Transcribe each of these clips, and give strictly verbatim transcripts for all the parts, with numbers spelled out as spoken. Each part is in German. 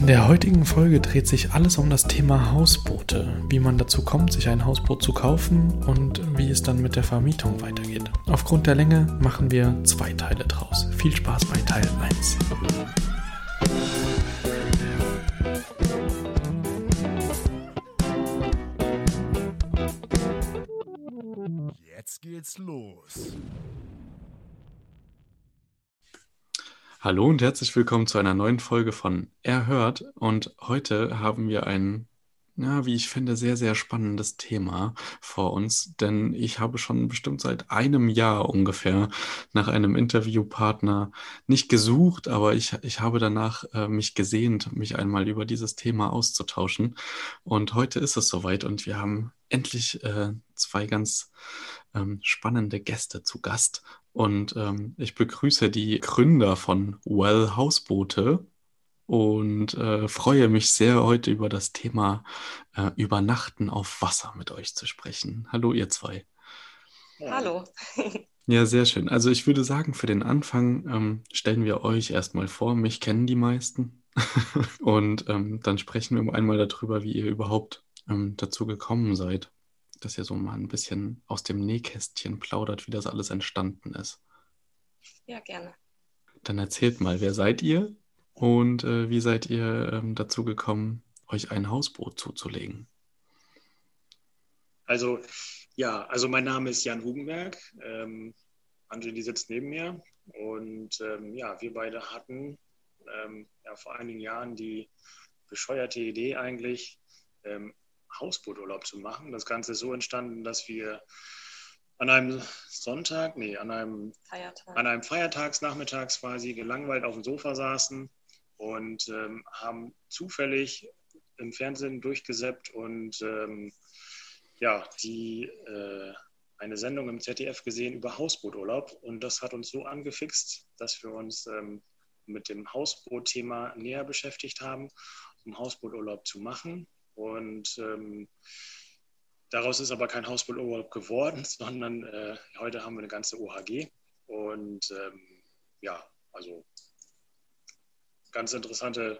In der heutigen Folge dreht sich alles um das Thema Hausboote, wie man dazu kommt, sich ein Hausboot zu kaufen und wie es dann mit der Vermietung weitergeht. Aufgrund der Länge machen wir zwei Teile draus. Viel Spaß bei Teil eins. Jetzt geht's los. Hallo und herzlich willkommen zu einer neuen Folge von Erhört. Und heute haben wir ein, ja, wie ich finde, sehr, sehr spannendes Thema vor uns. Denn ich habe schon bestimmt seit einem Jahr ungefähr nach einem Interviewpartner nicht gesucht, aber ich, ich habe danach äh, mich gesehnt, mich einmal über dieses Thema auszutauschen. Und heute ist es soweit und wir haben endlich äh, zwei ganz ähm, spannende Gäste zu Gast. Und ähm, ich begrüße die Gründer von Well Hausboote und äh, freue mich sehr, heute über das Thema äh, Übernachten auf Wasser mit euch zu sprechen. Hallo, ihr zwei. Hallo. Ja, sehr schön. Also ich würde sagen, für den Anfang ähm, stellen wir euch erstmal vor. Mich kennen die meisten. Und ähm, dann sprechen wir einmal darüber, wie ihr überhaupt ähm, dazu gekommen seid, dass ihr so mal ein bisschen aus dem Nähkästchen plaudert, wie das alles entstanden ist. Ja, gerne. Dann erzählt mal, wer seid ihr und äh, wie seid ihr ähm, dazu gekommen, euch ein Hausboot zuzulegen? Also, ja, also mein Name ist Jan Hugenberg. Ähm, Angeli sitzt neben mir. Und ähm, ja, wir beide hatten ähm, ja, vor einigen Jahren die bescheuerte Idee eigentlich, ähm, Hausbooturlaub zu machen. Das Ganze ist so entstanden, dass wir an einem Sonntag, nee, an einem, Feiertag. an einem Feiertagsnachmittags quasi gelangweilt auf dem Sofa saßen und ähm, haben zufällig im Fernsehen durchgesäppt und ähm, ja, die äh, eine Sendung im Z D F gesehen über Hausbooturlaub. Und das hat uns so angefixt, dass wir uns ähm, mit dem Hausboot-Thema näher beschäftigt haben, um Hausbooturlaub zu machen. Und ähm, daraus ist aber kein Hausbooturlaub geworden, sondern äh, heute haben wir eine ganze O H G. Und ähm, ja, also ganz interessante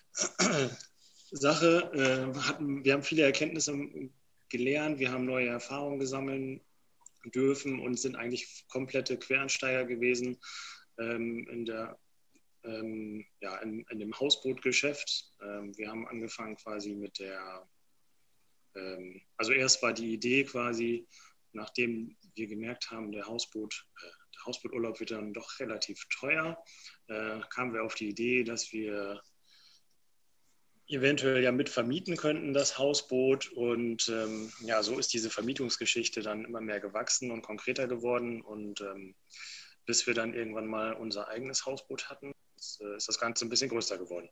Sache. Äh, hatten, wir haben viele Erkenntnisse gelernt, wir haben neue Erfahrungen gesammeln dürfen und sind eigentlich komplette Quereinsteiger gewesen ähm, in, der, ähm, ja, in, in dem Hausbootgeschäft. Ähm, wir haben angefangen quasi mit der, ähm, also erst war die Idee quasi, nachdem wir gemerkt haben, der, Hausboot, äh, der Hausbooturlaub wird dann doch relativ teuer, äh, kamen wir auf die Idee, dass wir eventuell ja mit vermieten könnten, das Hausboot. Und ähm, ja, so ist diese Vermietungsgeschichte dann immer mehr gewachsen und konkreter geworden. Und ähm, bis wir dann irgendwann mal unser eigenes Hausboot hatten, ist, äh, ist das Ganze ein bisschen größer geworden.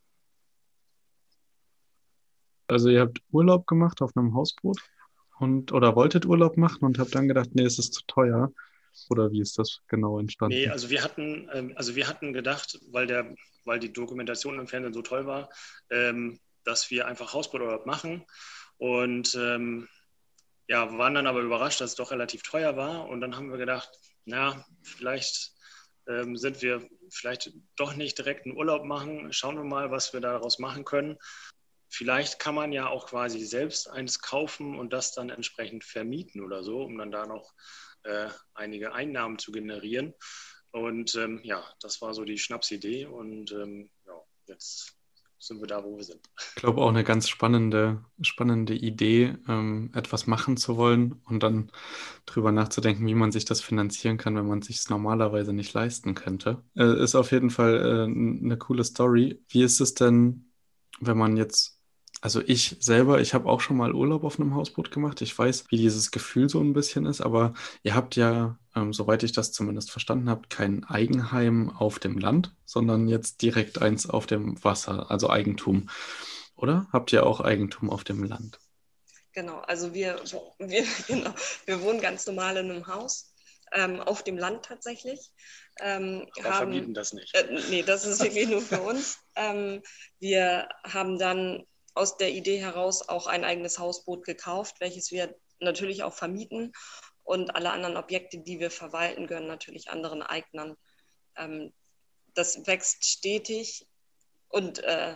Also ihr habt Urlaub gemacht auf einem Hausboot und oder wolltet Urlaub machen und habt dann gedacht, nee, es ist zu teuer. Oder wie ist das genau entstanden? Nee, also wir hatten, ähm, also wir hatten gedacht, weil, der, weil die Dokumentation im Fernsehen so toll war, ähm, dass wir einfach Hausbooturlaub machen. Und ähm, ja, waren dann aber überrascht, dass es doch relativ teuer war. Und dann haben wir gedacht, na, vielleicht ähm, sind wir vielleicht doch nicht direkt einen Urlaub machen. Schauen wir mal, was wir daraus machen können. Vielleicht kann man ja auch quasi selbst eins kaufen und das dann entsprechend vermieten oder so, um dann da noch äh, einige Einnahmen zu generieren. Und ähm, ja, das war so die Schnapsidee und ähm, ja, jetzt sind wir da, wo wir sind. Ich glaube auch eine ganz spannende, spannende Idee, ähm, etwas machen zu wollen und dann drüber nachzudenken, wie man sich das finanzieren kann, wenn man sich es normalerweise nicht leisten könnte. Äh, ist auf jeden Fall äh, eine coole Story. Wie ist es denn, wenn man jetzt, also ich selber, ich habe auch schon mal Urlaub auf einem Hausboot gemacht. Ich weiß, wie dieses Gefühl so ein bisschen ist, aber ihr habt ja, ähm, soweit ich das zumindest verstanden habe, kein Eigenheim auf dem Land, sondern jetzt direkt eins auf dem Wasser, also Eigentum. Oder? Habt ihr auch Eigentum auf dem Land? Genau, also wir, wir, genau, wir wohnen ganz normal in einem Haus, ähm, auf dem Land tatsächlich. Ähm, Aber haben, vermieten das nicht. Äh, nee, das ist wirklich nur für uns. Ähm, wir haben dann aus der Idee heraus auch ein eigenes Hausboot gekauft, welches wir natürlich auch vermieten. Und alle anderen Objekte, die wir verwalten, gehören natürlich anderen Eignern. Ähm, das wächst stetig und äh,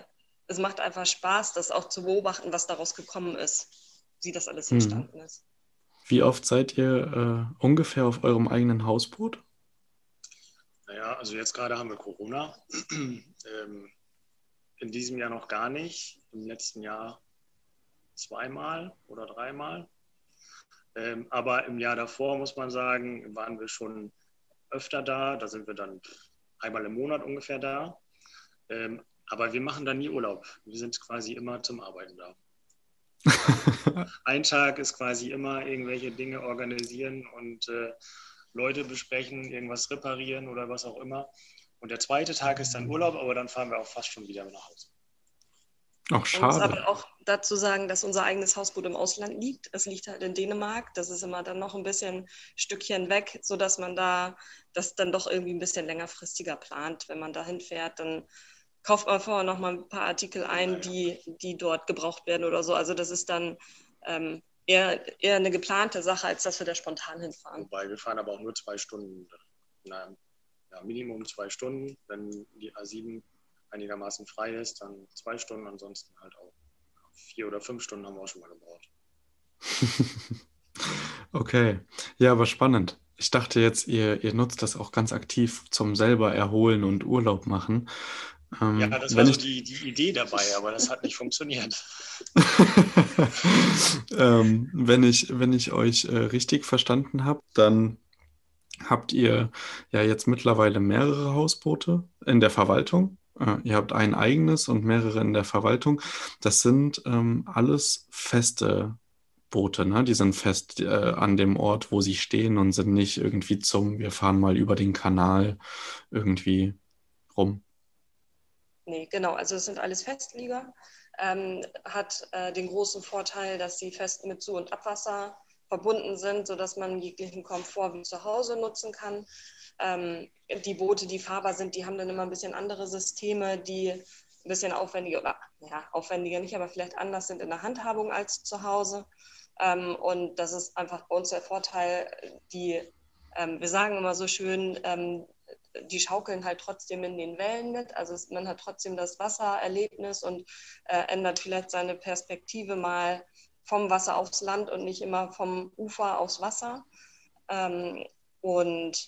es macht einfach Spaß, das auch zu beobachten, was daraus gekommen ist, wie das alles Mhm. entstanden ist. Wie oft seid ihr äh, ungefähr auf eurem eigenen Hausboot? Naja, also jetzt gerade haben wir Corona. ähm, in diesem Jahr noch gar nicht. Im letzten Jahr zweimal oder dreimal. Ähm, aber im Jahr davor, muss man sagen, waren wir schon öfter da. Da sind wir dann einmal im Monat ungefähr da. Ähm, aber wir machen da nie Urlaub. Wir sind quasi immer zum Arbeiten da. Ein Tag ist quasi immer irgendwelche Dinge organisieren und äh, Leute besprechen, irgendwas reparieren oder was auch immer. Und der zweite Tag ist dann Urlaub, aber dann fahren wir auch fast schon wieder nach Hause. Ach, Man muss schade. aber auch dazu sagen, dass unser eigenes Hausboot im Ausland liegt. Es liegt halt in Dänemark. Das ist immer dann noch ein bisschen Stückchen weg, sodass man da das dann doch irgendwie ein bisschen längerfristiger plant. Wenn man da hinfährt, dann kauft man vorher noch mal ein paar Artikel ein, die, die dort gebraucht werden oder so. Also das ist dann ähm, eher, eher eine geplante Sache, als dass wir da spontan hinfahren. Wobei wir fahren aber auch nur zwei Stunden, na, ja, Minimum zwei Stunden. Wenn die A sieben einigermaßen frei ist, dann zwei Stunden, ansonsten halt auch vier oder fünf Stunden haben wir auch schon mal gebraucht. Okay, ja, aber spannend. Ich dachte jetzt, ihr, ihr nutzt das auch ganz aktiv zum selber erholen und Urlaub machen. Ähm, Ja, das war wenn so ich, die, die Idee dabei, aber das hat nicht funktioniert. ähm, wenn ich, wenn ich euch äh, richtig verstanden habe, dann habt ihr ja jetzt mittlerweile mehrere Hausboote in der Verwaltung. Äh, ihr habt ein eigenes und mehrere in der Verwaltung. Das sind ähm, alles feste Boote, ne? Die sind fest äh, an dem Ort, wo sie stehen und sind nicht irgendwie zum, wir fahren mal über den Kanal irgendwie rum. Nee, genau. Also es sind alles Festlieger. Ähm, hat äh, den großen Vorteil, dass sie fest mit Zu- und Abwasser verbunden sind, sodass man jeglichen Komfort wie zu Hause nutzen kann. Ähm, die Boote, die fahrbar sind, die haben dann immer ein bisschen andere Systeme, die ein bisschen aufwendiger, oder ja, aufwendiger nicht, aber vielleicht anders sind in der Handhabung als zu Hause. Ähm, und das ist einfach bei uns der Vorteil, die, ähm, wir sagen immer so schön, ähm, die schaukeln halt trotzdem in den Wellen mit. Also es, man hat trotzdem das Wassererlebnis und äh, ändert vielleicht seine Perspektive mal vom Wasser aufs Land und nicht immer vom Ufer aufs Wasser. Ähm, und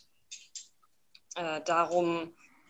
äh, darum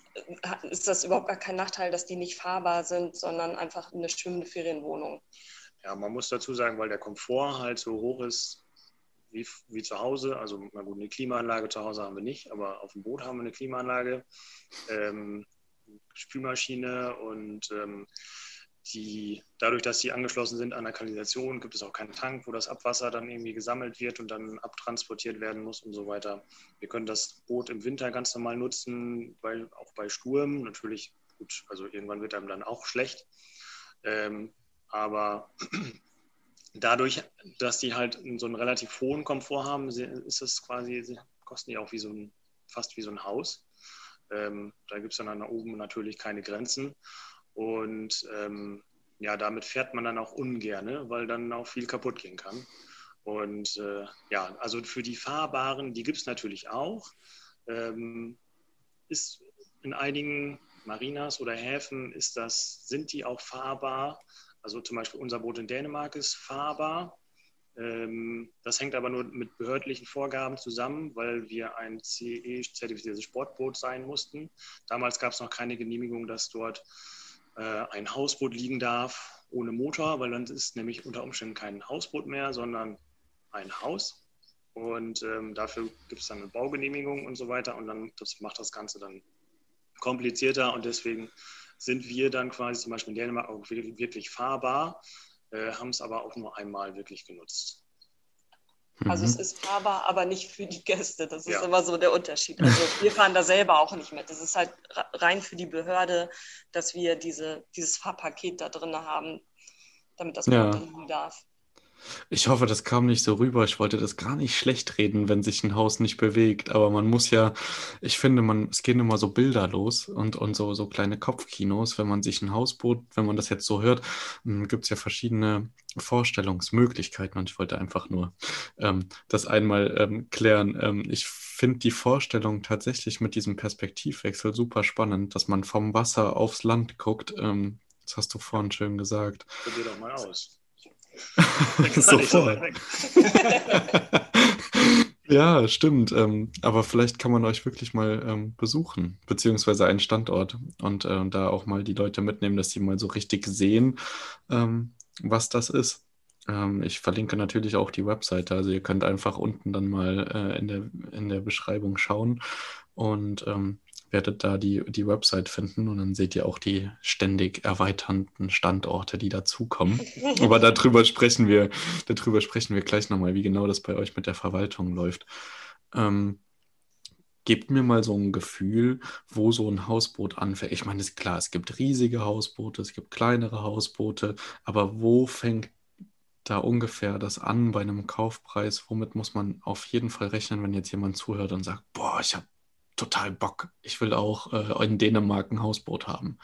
ist das überhaupt gar kein Nachteil, dass die nicht fahrbar sind, sondern einfach eine schwimmende Ferienwohnung. Ja, man muss dazu sagen, weil der Komfort halt so hoch ist wie, wie zu Hause. Also, na gut, eine Klimaanlage zu Hause haben wir nicht, aber auf dem Boot haben wir eine Klimaanlage, ähm, Spülmaschine und ähm, die, dadurch, dass die angeschlossen sind an der Kanalisation, gibt es auch keinen Tank, wo das Abwasser dann irgendwie gesammelt wird und dann abtransportiert werden muss und so weiter. Wir können das Boot im Winter ganz normal nutzen, weil auch bei Sturm natürlich, gut, also irgendwann wird einem dann auch schlecht. Ähm, aber dadurch, dass die halt so einen relativ hohen Komfort haben, ist es quasi, kosten die auch wie so ein, fast wie so ein Haus. Ähm, da gibt es dann nach oben natürlich keine Grenzen. Und ähm, ja, damit fährt man dann auch ungern, weil dann auch viel kaputt gehen kann. Und äh, ja, also für die Fahrbaren, die gibt es natürlich auch. Ähm, ist in einigen Marinas oder Häfen ist das, sind die auch fahrbar. Also zum Beispiel unser Boot in Dänemark ist fahrbar. Ähm, das hängt aber nur mit behördlichen Vorgaben zusammen, weil wir ein C E-zertifiziertes Sportboot sein mussten. Damals gab es noch keine Genehmigung, dass dort äh, ein Hausboot liegen darf ohne Motor, weil dann ist nämlich unter Umständen kein Hausboot mehr, sondern ein Haus. Und ähm, dafür gibt es dann eine Baugenehmigung und so weiter. Und dann das macht das Ganze dann komplizierter. Und deswegen sind wir dann quasi zum Beispiel in Dänemark auch wirklich fahrbar, äh, haben es aber auch nur einmal wirklich genutzt. Also Mhm. es ist fahrbar, aber nicht für die Gäste. Das ist Ja. immer so der Unterschied. Also wir fahren da selber auch nicht mit. Das ist halt rein für die Behörde, dass wir diese, dieses Fahrpaket da drin haben, damit das Boot Ja. dann hin darf. Ich hoffe, das kam nicht so rüber. Ich wollte das gar nicht schlecht reden, wenn sich ein Haus nicht bewegt. Aber man muss ja, ich finde, man, es gehen immer so Bilder los und, und so, so kleine Kopfkinos, wenn man sich ein Hausboot, wenn man das jetzt so hört, gibt es ja verschiedene Vorstellungsmöglichkeiten. Und ich wollte einfach nur ähm, das einmal ähm, klären. Ähm, ich finde die Vorstellung tatsächlich mit diesem Perspektivwechsel super spannend, dass man vom Wasser aufs Land guckt. Ähm, Das hast du vorhin schön gesagt. Probier doch mal aus. Sofort. Ja, stimmt. Ähm, aber vielleicht kann man euch wirklich mal ähm, besuchen, beziehungsweise einen Standort und äh, da auch mal die Leute mitnehmen, dass sie mal so richtig sehen, ähm, was das ist. Ähm, ich verlinke natürlich auch die Webseite, also ihr könnt einfach unten dann mal äh, in der, in der Beschreibung schauen und ähm, werdet da die, die Website finden und dann seht ihr auch die ständig erweiternden Standorte, die dazukommen. Aber darüber sprechen wir, darüber sprechen wir gleich nochmal, wie genau das bei euch mit der Verwaltung läuft. Ähm, Gebt mir mal so ein Gefühl, wo so ein Hausboot anfängt. Ich meine, ist klar, es gibt riesige Hausboote, es gibt kleinere Hausboote, aber wo fängt da ungefähr das an bei einem Kaufpreis? Womit muss man auf jeden Fall rechnen, wenn jetzt jemand zuhört und sagt, boah, ich habe total Bock, ich will auch äh, in Dänemark ein Hausboot haben.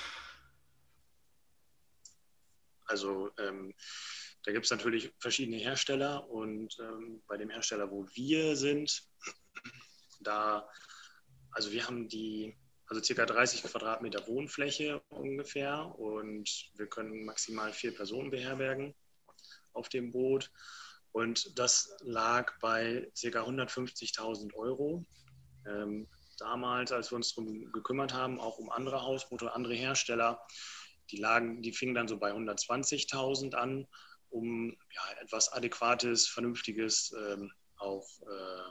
Also ähm, da gibt es natürlich verschiedene Hersteller und ähm, bei dem Hersteller, wo wir sind, da, also wir haben die, also circa dreißig Quadratmeter Wohnfläche ungefähr und wir können maximal vier Personen beherbergen auf dem Boot und das lag bei circa hundertfünfzigtausend Euro. Ähm, damals, als wir uns darum gekümmert haben, auch um andere Hausboote, andere Hersteller, die lagen, die fingen dann so bei hundertzwanzigtausend an, um ja, etwas Adäquates, Vernünftiges, ähm, auch äh,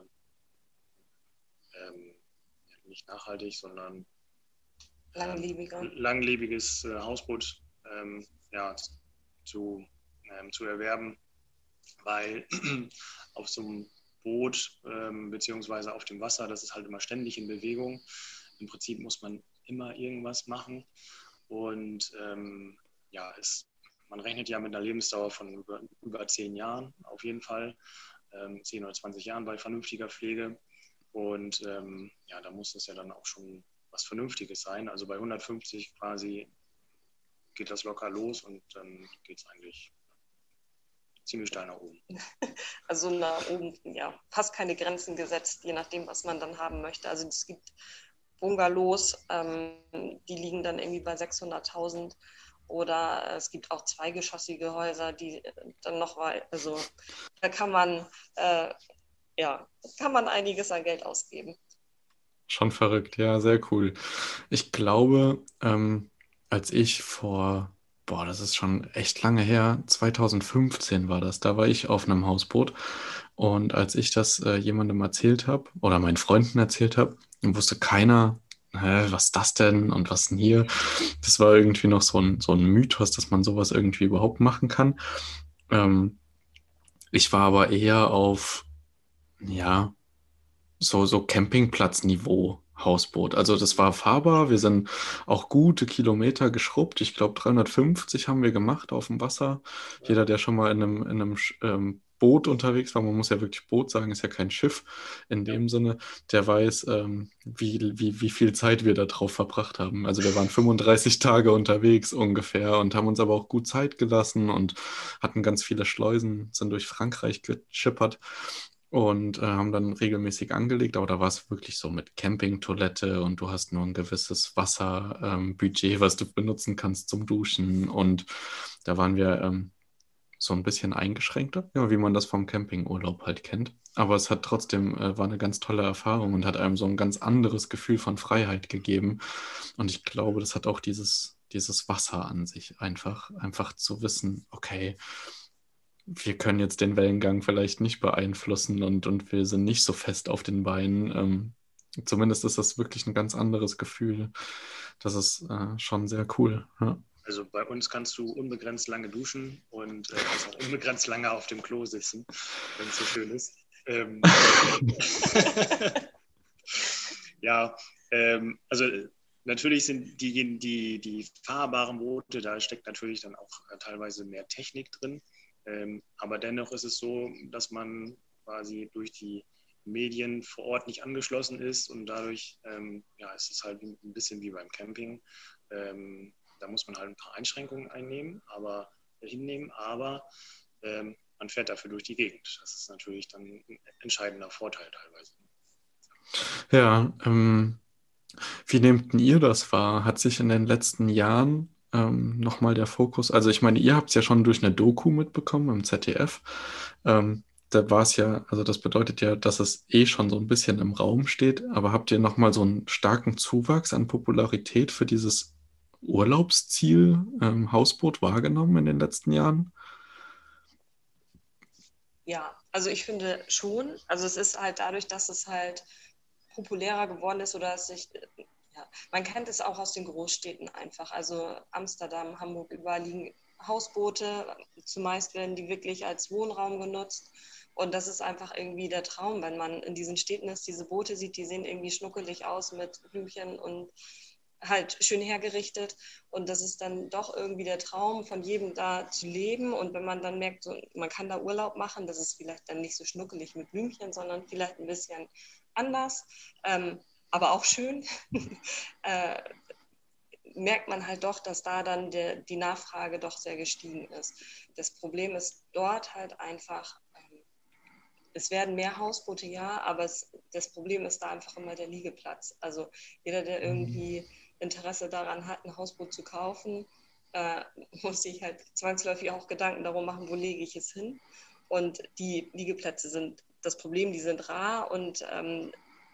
ähm, nicht nachhaltig, sondern Langlebiger. ähm, langlebiges äh, Hausboot ähm, ja, zu, ähm, zu erwerben, weil auf so einem Boot ähm, beziehungsweise auf dem Wasser, das ist halt immer ständig in Bewegung. Im Prinzip muss man immer irgendwas machen und ähm, ja, es, man rechnet ja mit einer Lebensdauer von über, über zehn Jahren auf jeden Fall, ähm, zehn oder zwanzig Jahren bei vernünftiger Pflege und ähm, ja, da muss es ja dann auch schon was Vernünftiges sein. Also bei hundertfünfzig quasi geht das locker los und dann geht es eigentlich ziemlich steil nach oben. Also nach oben, ja, fast keine Grenzen gesetzt, je nachdem, was man dann haben möchte. Also es gibt Bungalows, ähm, die liegen dann irgendwie bei sechshunderttausend oder es gibt auch zweigeschossige Häuser, die dann noch mal, also da kann man, äh, ja, kann man einiges an Geld ausgeben. Schon verrückt, ja, sehr cool. Ich glaube, ähm, als ich vor, boah, das ist schon echt lange her, zweitausendfünfzehn war das, da war ich auf einem Hausboot und als ich das äh, jemandem erzählt habe oder meinen Freunden erzählt habe, dann wusste keiner, hä, was ist das denn und was denn hier? Das war irgendwie noch so ein, so ein Mythos, dass man sowas irgendwie überhaupt machen kann. Ähm, Ich war aber eher auf, ja, so, so Campingplatzniveau Hausboot. Also das war fahrbar. Wir sind auch gute Kilometer geschrubbt. Ich glaube, dreihundertfünfzig haben wir gemacht auf dem Wasser. Jeder, der schon mal in einem, in einem Sch- ähm, Boot unterwegs war, man muss ja wirklich Boot sagen, ist ja kein Schiff in dem Sinne, der weiß, ähm, wie, wie, wie viel Zeit wir da drauf verbracht haben. Also wir waren fünfunddreißig Tage unterwegs ungefähr und haben uns aber auch gut Zeit gelassen und hatten ganz viele Schleusen, sind durch Frankreich geschippert und äh, haben dann regelmäßig angelegt, aber da war es wirklich so mit Campingtoilette und du hast nur ein gewisses Wasserbudget, ähm, Budget, was du benutzen kannst zum Duschen und da waren wir ähm, so ein bisschen eingeschränkter, ja, wie man das vom Campingurlaub halt kennt. Aber es hat trotzdem, äh, war eine ganz tolle Erfahrung und hat einem so ein ganz anderes Gefühl von Freiheit gegeben. Und ich glaube, das hat auch dieses, dieses Wasser an sich einfach, einfach zu wissen, okay, wir können jetzt den Wellengang vielleicht nicht beeinflussen und, und wir sind nicht so fest auf den Beinen. Ähm, zumindest ist das wirklich ein ganz anderes Gefühl. Das ist äh, schon sehr cool. Ja. Also bei uns kannst du unbegrenzt lange duschen und äh, kannst auch unbegrenzt lange auf dem Klo sitzen, wenn es so schön ist. Ähm, ja, ähm, also natürlich sind die, die, die fahrbaren Boote, da steckt natürlich dann auch äh, teilweise mehr Technik drin. Ähm, aber dennoch ist es so, dass man quasi durch die Medien vor Ort nicht angeschlossen ist und dadurch ähm, ja, ist es halt ein bisschen wie beim Camping. Ähm, da muss man halt ein paar Einschränkungen einnehmen, aber äh, hinnehmen, aber ähm, man fährt dafür durch die Gegend. Das ist natürlich dann ein entscheidender Vorteil teilweise. Ja, ähm, wie nehmt denn ihr das wahr? Hat sich in den letzten Jahren ähm, nochmal der Fokus? Also ich meine, ihr habt es ja schon durch eine Doku mitbekommen im Z D F. Ähm, da war es ja, also das bedeutet ja, dass es eh schon so ein bisschen im Raum steht, aber habt ihr nochmal so einen starken Zuwachs an Popularität für dieses Urlaubsziel ähm, Hausboot wahrgenommen in den letzten Jahren? Ja, also ich finde schon. Also es ist halt dadurch, dass es halt populärer geworden ist oder dass sich, ja, man kennt es auch aus den Großstädten einfach. Also Amsterdam, Hamburg, überall liegen Hausboote. Zumeist werden die wirklich als Wohnraum genutzt. Und das ist einfach irgendwie der Traum, wenn man in diesen Städten ist, diese Boote sieht, die sehen irgendwie schnuckelig aus mit Blümchen und halt schön hergerichtet. Und das ist dann doch irgendwie der Traum von jedem, da zu leben. Und wenn man dann merkt, so, man kann da Urlaub machen, das ist vielleicht dann nicht so schnuckelig mit Blümchen, sondern vielleicht ein bisschen anders, ähm, aber auch schön, äh, merkt man halt doch, dass da dann der, die Nachfrage doch sehr gestiegen ist. Das Problem ist dort halt einfach, ähm, es werden mehr Hausboote, ja, aber es, das Problem ist da einfach immer der Liegeplatz. Also jeder, der irgendwie Interesse daran hat, ein Hausboot zu kaufen, äh, muss sich halt zwangsläufig auch Gedanken darum machen, wo lege ich es hin. Und die Liegeplätze sind das Problem, die sind rar und ähm,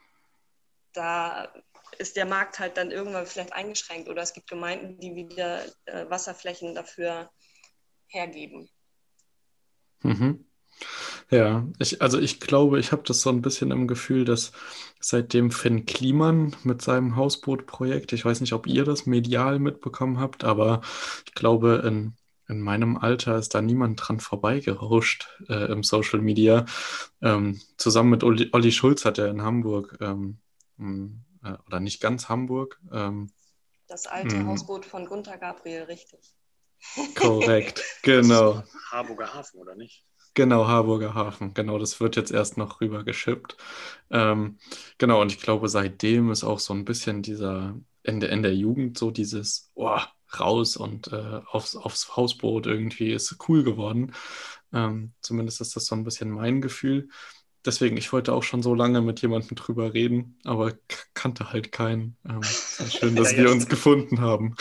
da ist der Markt halt dann irgendwann vielleicht eingeschränkt oder es gibt Gemeinden, die wieder äh, Wasserflächen dafür hergeben. Mhm. Ja, ich, also ich glaube, ich habe das so ein bisschen im Gefühl, dass seitdem Finn Kliman mit seinem Hausbootprojekt, ich weiß nicht, ob ihr das medial mitbekommen habt, aber ich glaube, in, in meinem Alter ist da niemand dran vorbeigerauscht äh, im Social Media. Ähm, zusammen mit Olli, Olli Schulz hat er in Hamburg, ähm, mh, äh, oder nicht ganz Hamburg, ähm, Das alte mh, Hausboot von Gunther Gabriel, richtig. korrekt, Das ist genau. doch Harburger Hafen, oder nicht? Genau, Harburger Hafen. Genau, das wird jetzt erst noch rüber geschippt. Ähm, genau, und ich glaube, seitdem ist auch so ein bisschen dieser in der, in der Jugend so dieses oh, raus und äh, aufs, aufs Hausboot irgendwie ist cool geworden. Ähm, zumindest ist das so ein bisschen mein Gefühl. Deswegen, ich wollte auch schon so lange mit jemandem drüber reden, aber k- kannte halt keinen. Ähm, sehr schön, Ja, dass wir jetzt. uns gefunden haben.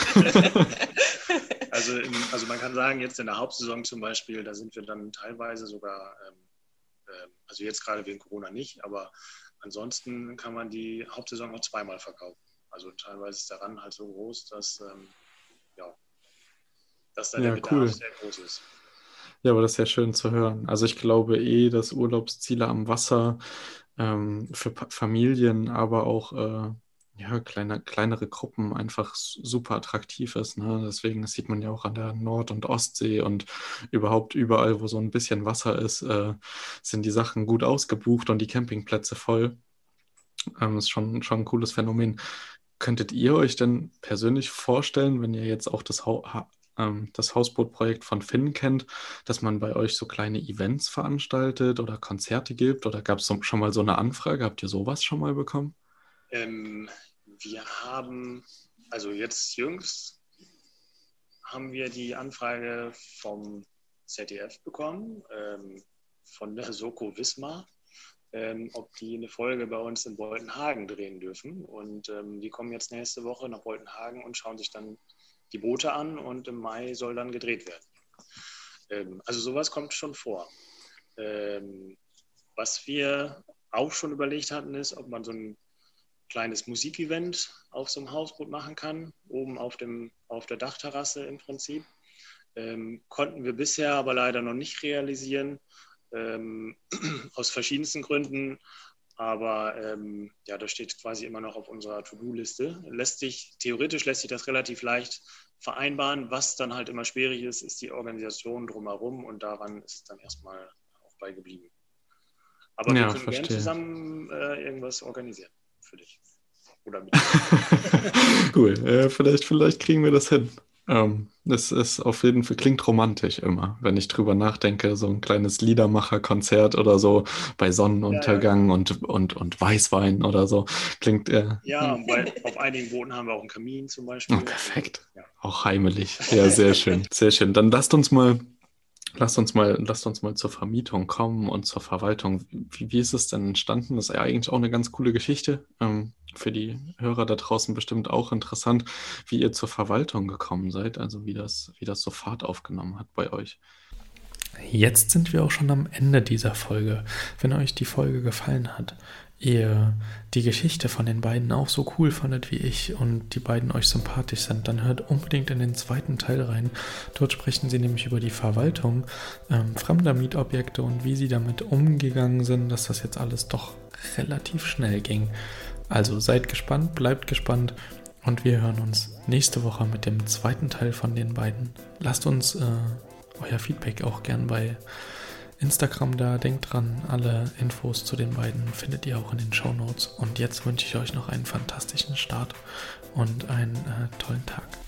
Also, in, also man kann sagen, jetzt in der Hauptsaison zum Beispiel, da sind wir dann teilweise sogar, ähm, äh, also jetzt gerade wegen Corona nicht, aber ansonsten kann man die Hauptsaison auch zweimal verkaufen. Also teilweise ist der Run halt so groß, dass, ähm, ja, dass da der Ja, Bedarf cool. sehr groß ist. Ja, aber das ist ja schön zu hören. Also ich glaube eh, dass Urlaubsziele am Wasser ähm, für Pa- Familien, aber auch äh, ja, kleine, kleinere Gruppen einfach s- super attraktiv ist. Ne? Deswegen das sieht man ja auch an der Nord- und Ostsee und überhaupt überall, wo so ein bisschen Wasser ist, äh, sind die Sachen gut ausgebucht und die Campingplätze voll. Ähm, ist schon, schon ein cooles Phänomen. Könntet ihr euch denn persönlich vorstellen, wenn ihr jetzt auch das, Hau ha ähm, das Hausbootprojekt von Finn kennt, dass man bei euch so kleine Events veranstaltet oder Konzerte gibt? Oder gab es so, schon mal so eine Anfrage? Habt ihr sowas schon mal bekommen? Ähm, wir haben, also jetzt jüngst haben wir die Anfrage vom Z D F bekommen, ähm, von der Soko Wismar, ähm, ob die eine Folge bei uns in Boltenhagen drehen dürfen. Und ähm, die kommen jetzt nächste Woche nach Boltenhagen und schauen sich dann die Boote an und im Mai soll dann gedreht werden. Ähm, also sowas kommt schon vor. Ähm, was wir auch schon überlegt hatten, ist, ob man so ein kleines Musikevent auf so einem Hausboot machen kann, oben auf, dem, auf der Dachterrasse im Prinzip. Ähm, konnten wir bisher aber leider noch nicht realisieren, ähm, aus verschiedensten Gründen. Aber ähm, ja, das steht quasi immer noch auf unserer To-Do-Liste. Lässt sich, theoretisch lässt sich das relativ leicht vereinbaren. Was dann halt immer schwierig ist, ist die Organisation drumherum und daran ist es dann erstmal auch bei geblieben. Aber wir Ja, können gern verstehe. zusammen äh, irgendwas organisieren für dich. Oder mit dir. Cool. Äh, vielleicht, vielleicht kriegen wir das hin. Ähm, es ist auf jeden Fall, klingt romantisch immer, wenn ich drüber nachdenke, so ein kleines Liedermacher-Konzert oder so bei Ja, ja, genau. Sonnenuntergang und, und, und Weißwein oder so. Klingt äh, Ja, und bei, auf einigen Booten haben wir auch einen Kamin zum oh, Beispiel. Also, perfekt. ja. Auch heimelig. Ja, sehr schön. Sehr schön. Dann lasst uns mal lasst uns mal, lasst uns mal zur Vermietung kommen und zur Verwaltung. Wie, wie ist es denn entstanden? Das ist ja eigentlich auch eine ganz coole Geschichte. Ähm, für die Hörer da draußen bestimmt auch interessant, wie ihr zur Verwaltung gekommen seid, also wie das, wie das so Fahrt aufgenommen hat bei euch. Jetzt sind wir auch schon am Ende dieser Folge. Wenn euch die Folge gefallen hat, ihr die Geschichte von den beiden auch so cool fandet wie ich und die beiden euch sympathisch sind, dann hört unbedingt in den zweiten Teil rein. Dort sprechen sie nämlich über die Verwaltung ähm, fremder Mietobjekte und wie sie damit umgegangen sind, dass das jetzt alles doch relativ schnell ging. Also seid gespannt, bleibt gespannt und wir hören uns nächste Woche mit dem zweiten Teil von den beiden. Lasst uns äh, euer Feedback auch gern bei Instagram da. Denkt dran, alle Infos zu den beiden findet ihr auch in den Shownotes. Und jetzt wünsche ich euch noch einen fantastischen Start und einen äh, tollen Tag.